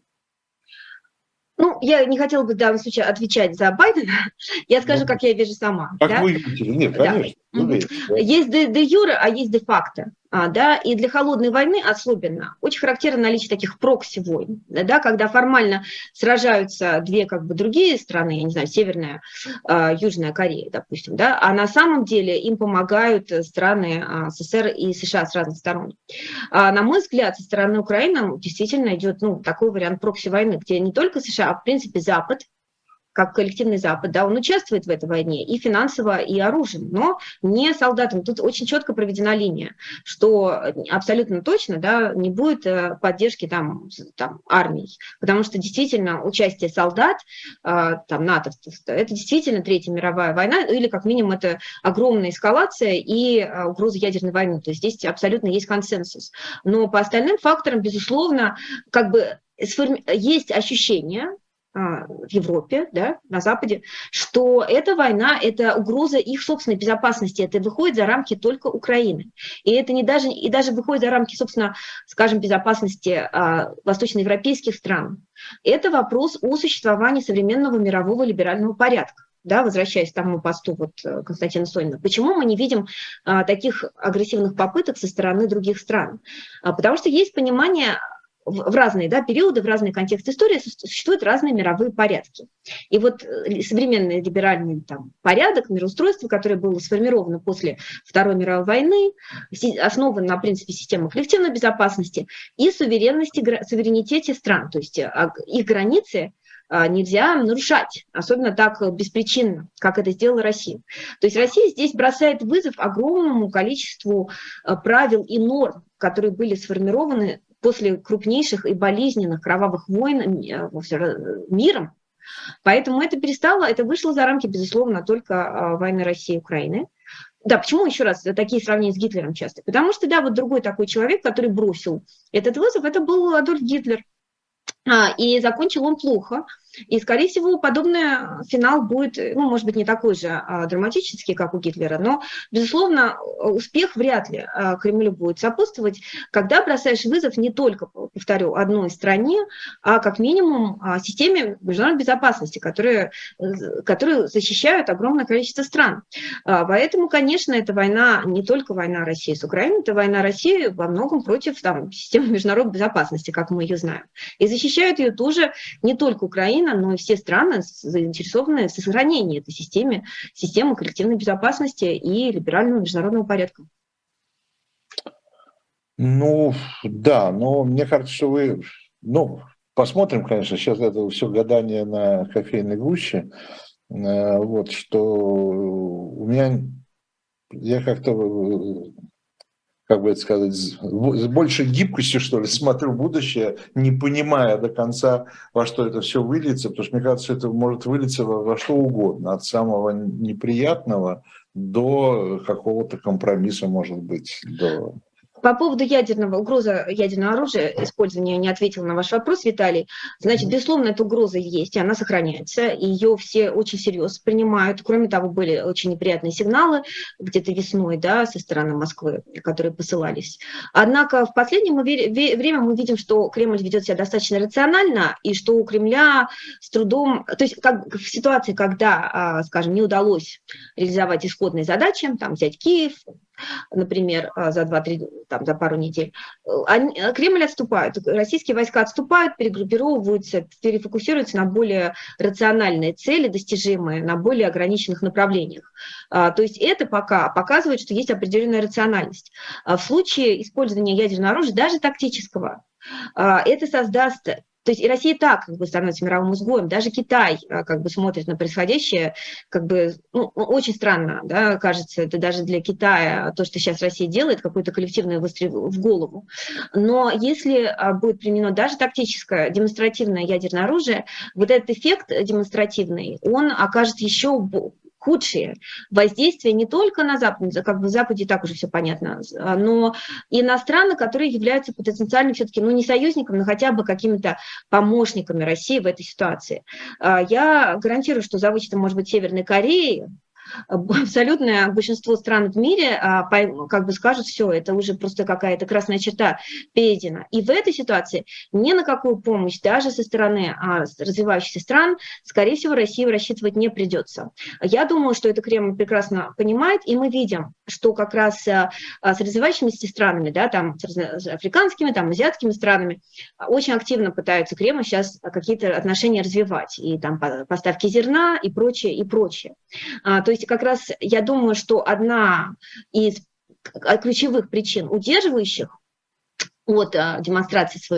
Ну, я не хотела бы в данном случае отвечать за Байдена. Я скажу, ну, как я вижу сама. Как да? вы видите? Нет, конечно. Да. Угу. Есть де, де юре, а есть де факто. А, да? И для холодной войны особенно очень характерно наличие таких прокси-войн, да? Когда формально сражаются две как бы другие страны, я не знаю, Северная, э, Южная Корея, допустим, да? А на самом деле им помогают страны э, СССР и США с разных сторон. А, на мой взгляд, со стороны Украины действительно идет ну, такой вариант прокси-войны, где не только США, а в принципе Запад как коллективный Запад, да, он участвует в этой войне и финансово, и оружием, но не солдатом. Тут очень четко проведена линия, что абсолютно точно, да, не будет поддержки там, там, армий, потому что действительно участие солдат, там, НАТО, это действительно Третья мировая война, или как минимум это огромная эскалация и угроза ядерной войны. То есть здесь абсолютно есть консенсус. Но по остальным факторам, безусловно, как бы есть ощущение в Европе, да, на Западе, что эта война – это угроза их собственной безопасности, это выходит за рамки только Украины. И это не даже, и даже выходит за рамки, собственно, скажем, безопасности а, восточноевропейских стран. Это вопрос о существовании современного мирового либерального порядка. Да, возвращаясь к тому посту вот Константина Сонина, почему мы не видим а, таких агрессивных попыток со стороны других стран? А, потому что есть понимание, в разные, да, периоды, в разные контексты истории существуют разные мировые порядки. И вот современный либеральный там, порядок, мироустройство, которое было сформировано после Второй мировой войны, основан на принципе системы коллективной безопасности и суверенности, суверенитете стран, то есть их границы нельзя нарушать, особенно так беспричинно, как это сделала Россия. То есть Россия здесь бросает вызов огромному количеству правил и норм, которые были сформированы после крупнейших и болезненных кровавых войн миром. Поэтому это перестало, это вышло за рамки, безусловно, только войны России и Украины. Да, почему еще раз такие сравнения с Гитлером часто? Потому что, да, вот другой такой человек, который бросил этот вызов, это был Адольф Гитлер. И закончил он плохо. И, скорее всего, подобный финал будет, ну, может быть, не такой же а, драматический, как у Гитлера, но, безусловно, успех вряд ли а, Кремлю будет сопутствовать, когда бросаешь вызов не только, повторю, одной стране, а как минимум а, системе международной безопасности, которые, которые защищают огромное количество стран. А, поэтому, конечно, это война, не только война России с Украиной, это война России во многом против там, системы международной безопасности, как мы ее знаем. И защищают ее тоже не только Украина, но и все страны заинтересованы в сохранении этой системы, системы коллективной безопасности и либерального международного порядка. Ну, да, но мне кажется, что вы... Ну, посмотрим, конечно, сейчас это все гадание на кофейной гуще. Вот, что у меня... Я как-то... как бы это сказать, с большей гибкостью, что ли, смотрю в будущее, не понимая до конца, во что это все выльется, потому что, мне кажется, это может вылиться во, во что угодно, от самого неприятного до какого-то компромисса, может быть, до... По поводу ядерного, угрозы ядерного оружия, использования, я не ответила на ваш вопрос, Виталий. Значит, безусловно, эта угроза есть, и она сохраняется, и ее все очень серьезно принимают. Кроме того, были очень неприятные сигналы где-то весной, да, со стороны Москвы, которые посылались. Однако в последнее время мы видим, что Кремль ведет себя достаточно рационально, и что у Кремля с трудом, то есть как в ситуации, когда, скажем, не удалось реализовать исходные задачи, там взять Киев, например, за два-три, там, за пару недель, они, Кремль отступает, российские войска отступают, перегруппировываются, перефокусируются на более рациональные цели, достижимые на более ограниченных направлениях. То есть это пока показывает, что есть определенная рациональность. В случае использования ядерного оружия, даже тактического, это создаст... То есть и Россия так как бы становится мировым изгоем, даже Китай как бы смотрит на происходящее, как бы, ну, очень странно, да, кажется, это даже для Китая, то, что сейчас Россия делает, какой-то коллективный выстрел в голову. Но если будет применено даже тактическое, демонстративное ядерное оружие, вот этот эффект демонстративный, он окажет еще худшие воздействия не только на Западе, как бы в Западе так уже все понятно, но и на страны, которые являются потенциально все-таки, ну, не союзниками, но хотя бы какими-то помощниками России в этой ситуации. Я гарантирую, что за вычетом, может быть, Северной Кореи, абсолютное большинство стран в мире как бы скажут, все, это уже просто какая-то красная черта перейдена. И в этой ситуации ни на какую помощь даже со стороны развивающихся стран, скорее всего, России рассчитывать не придется. Я думаю, что это Кремль прекрасно понимает, и мы видим, что как раз с развивающимися странами, да, там, с африканскими, там, азиатскими странами, очень активно пытаются Кремль сейчас какие-то отношения развивать, и там поставки зерна, и прочее, и прочее. То есть как раз я думаю, что одна из ключевых причин, удерживающих от демонстрации своих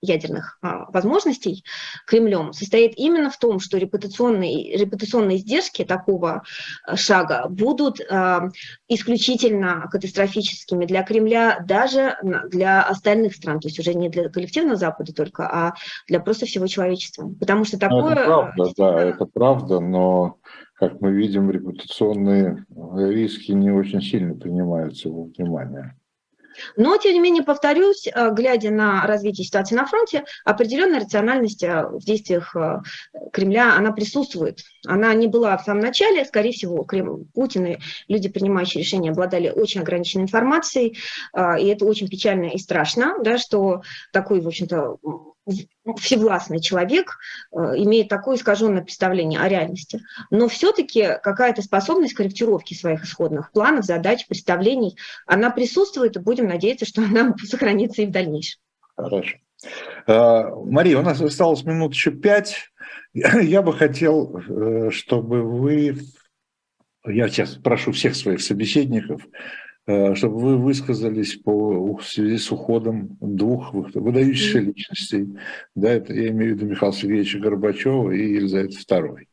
ядерных а, возможностей Кремлем состоит именно в том, что репутационные, репутационные издержки такого шага будут а, исключительно катастрофическими для Кремля, даже для остальных стран, то есть уже не для коллективного Запада только, а для просто всего человечества. Потому что такое... Это правда, да, это правда, но, как мы видим, репутационные риски не очень сильно принимаются во внимание. Но, тем не менее, повторюсь, глядя на развитие ситуации на фронте, определенная рациональность в действиях Кремля, она присутствует. Она не была в самом начале, скорее всего, Крем, Путин и люди, принимающие решения, обладали очень ограниченной информацией, и это очень печально и страшно, да, что такой, в общем-то, всевластный человек имеет такое искаженное представление о реальности. Но все-таки какая-то способность корректировки своих исходных планов, задач, представлений, она присутствует, и будем надеяться, что она сохранится и в дальнейшем. Хорошо. Мария, у нас осталось минут еще пять. Я бы хотел, чтобы вы, я сейчас прошу всех своих собеседников, чтобы вы высказались по, в связи с уходом двух выдающихся личностей. Да, это я имею в виду Михаила Сергеевича Горбачева и Елизаветы второй.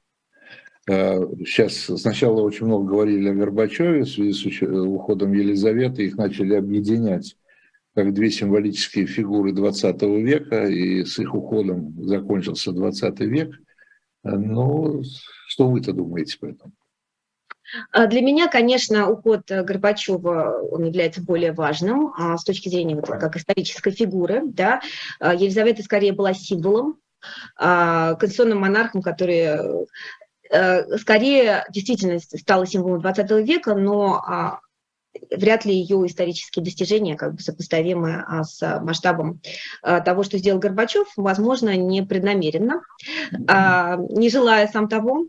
Сейчас сначала очень много говорили о Горбачеве в связи с уходом Елизаветы, их начали объединять как две символические фигуры двадцатого века, и с их уходом закончился двадцатый век. Ну, что вы-то думаете по этому? Для меня, конечно, уход Горбачева, он является более важным с точки зрения вот, как исторической фигуры. Да. Елизавета скорее была символом, конституционным монархом, который скорее действительно стала символом двадцатого века, но вряд ли ее исторические достижения как бы сопоставимы с масштабом того, что сделал Горбачев, возможно, непреднамеренно, не желая сам того.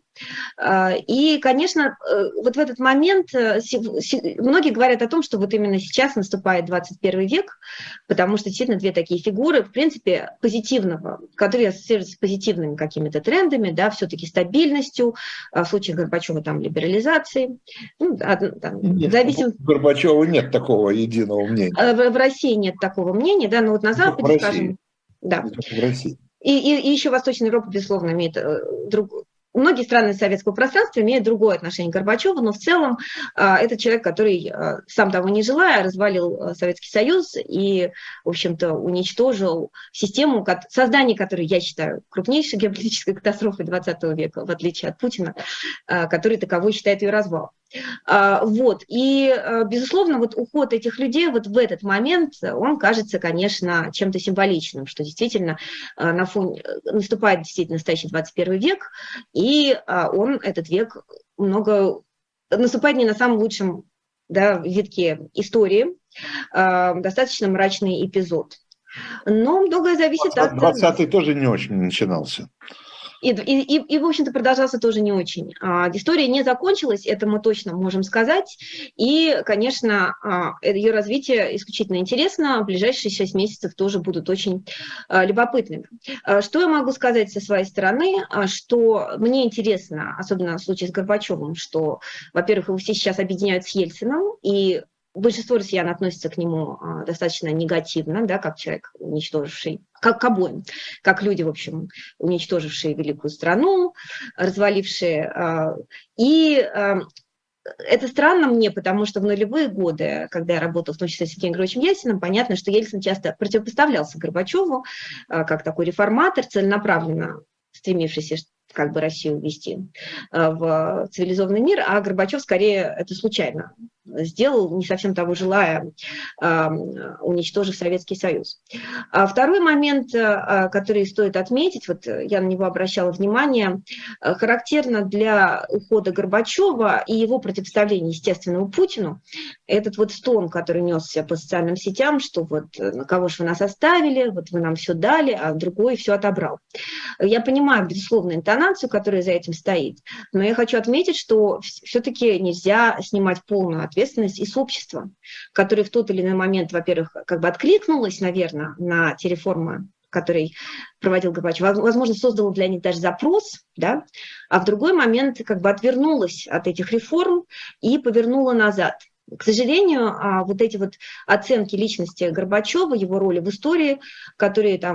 И, конечно, вот в этот момент многие говорят о том, что вот именно сейчас наступает двадцать первый век, потому что действительно две такие фигуры, в принципе, позитивного, которые ассоциируются с позитивными какими-то трендами, да, все-таки стабильностью, в случае Горбачева там либерализацией. Ну, там, нет, зависим... У Горбачева нет такого единого мнения. В, в России нет такого мнения, да, но вот на Западе, скажем... Да. В России. И, и, и еще Восточная Европа, безусловно, имеет другую. Многие страны советского пространства имеют другое отношение к Горбачеву, но в целом а, это человек, который, а, сам того не желая, развалил а, Советский Союз и, в общем-то, уничтожил систему, ко- создание которой, я считаю, крупнейшей геополитической катастрофой двадцатого века, в отличие от Путина, а, который таковой считает ее развал. А, вот. И, а, безусловно, вот уход этих людей вот в этот момент, он кажется, конечно, чем-то символичным, что действительно а, на фоне, наступает действительно настоящий двадцать первый век, и а, он, этот век, много наступает не на самом лучшем, да, витке истории, а, достаточно мрачный эпизод. Но многое зависит от... двадцатый тоже не очень начинался. И, и, и, в общем-то, продолжался тоже не очень. А, история не закончилась, это мы точно можем сказать. И, конечно, а, ее развитие исключительно интересно. В ближайшие шесть месяцев тоже будут очень а, любопытными. А, что я могу сказать со своей стороны? А, что мне интересно, особенно в случае с Горбачевым, что, во-первых, его все сейчас объединяют с Ельциным, и большинство россиян относятся к нему а, достаточно негативно, да, как человек, уничтоживший, как к обоим, как люди, в общем, уничтожившие великую страну, развалившие. А, и а, это странно мне, потому что в нулевые годы, когда я работала, в том числе с Сергеем Григорьевичем Ясиным, понятно, что Ельцин часто противопоставлялся Горбачеву а, как такой реформатор, целенаправленно стремившийся как бы Россию ввести в цивилизованный мир, а Горбачев скорее это случайно сделал, не совсем того желая, уничтожив Советский Союз. А второй момент, который стоит отметить, вот я на него обращала внимание, характерно для ухода Горбачева и его противоставления, естественно, Путину, этот вот стон, который несся по социальным сетям, что вот на кого же вы нас оставили, вот вы нам все дали, а другой все отобрал. Я понимаю, безусловно, интонацию, которая за этим стоит, но я хочу отметить, что все-таки нельзя снимать полную ответственность и с общества, которое в тот или иной момент, во-первых, как бы откликнулось, наверное, на те реформы, которые проводил Горбачев, возможно, создало для них даже запрос, да, а в другой момент как бы отвернулось от этих реформ и повернуло назад. К сожалению, вот эти вот оценки личности Горбачева, его роли в истории, которые там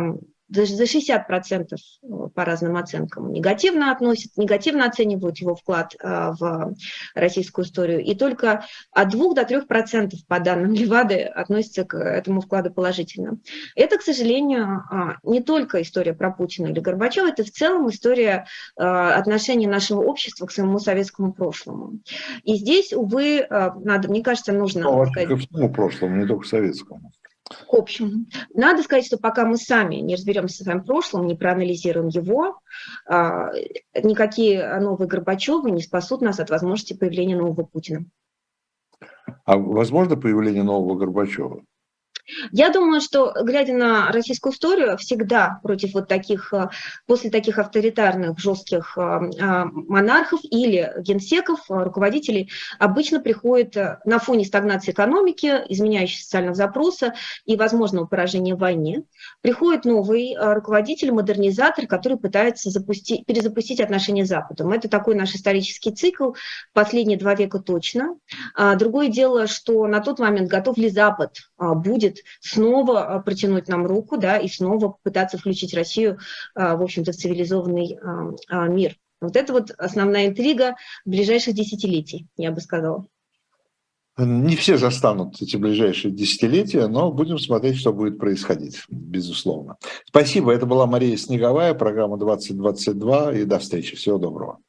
даже за шестьдесят процентов по разным оценкам негативно относят, негативно оценивают его вклад в российскую историю, и только от двух до трех процентов по данным Левады относятся к этому вкладу положительно. Это, к сожалению, не только история про Путина или Горбачева, это в целом история отношения нашего общества к своему советскому прошлому. И здесь, увы, надо, мне кажется, нужно... Ну, сказать, ко всему прошлому, не только советскому. К общему. Надо сказать, что пока мы сами не разберемся в своем прошлом, не проанализируем его, никакие новые Горбачевы не спасут нас от возможности появления нового Путина. А возможно появление нового Горбачева? Я думаю, что, глядя на российскую историю, всегда против вот таких, после таких авторитарных, жестких монархов или генсеков, руководителей, обычно приходит на фоне стагнации экономики, изменяющей социального запроса и возможного поражения в войне, приходит новый руководитель, модернизатор, который пытается запустить, перезапустить отношения с Западом. Это такой наш исторический цикл, последние два века точно. Другое дело, что на тот момент готов ли Запад будет снова протянуть нам руку, да, и снова попытаться включить Россию, в общем-то, в цивилизованный мир. Вот это вот основная интрига ближайших десятилетий, я бы сказала. Не все застанут эти ближайшие десятилетия, но будем смотреть, что будет происходить, безусловно. Спасибо. Это была Мария Снеговая, программа двадцать двадцать два, и до встречи. Всего доброго.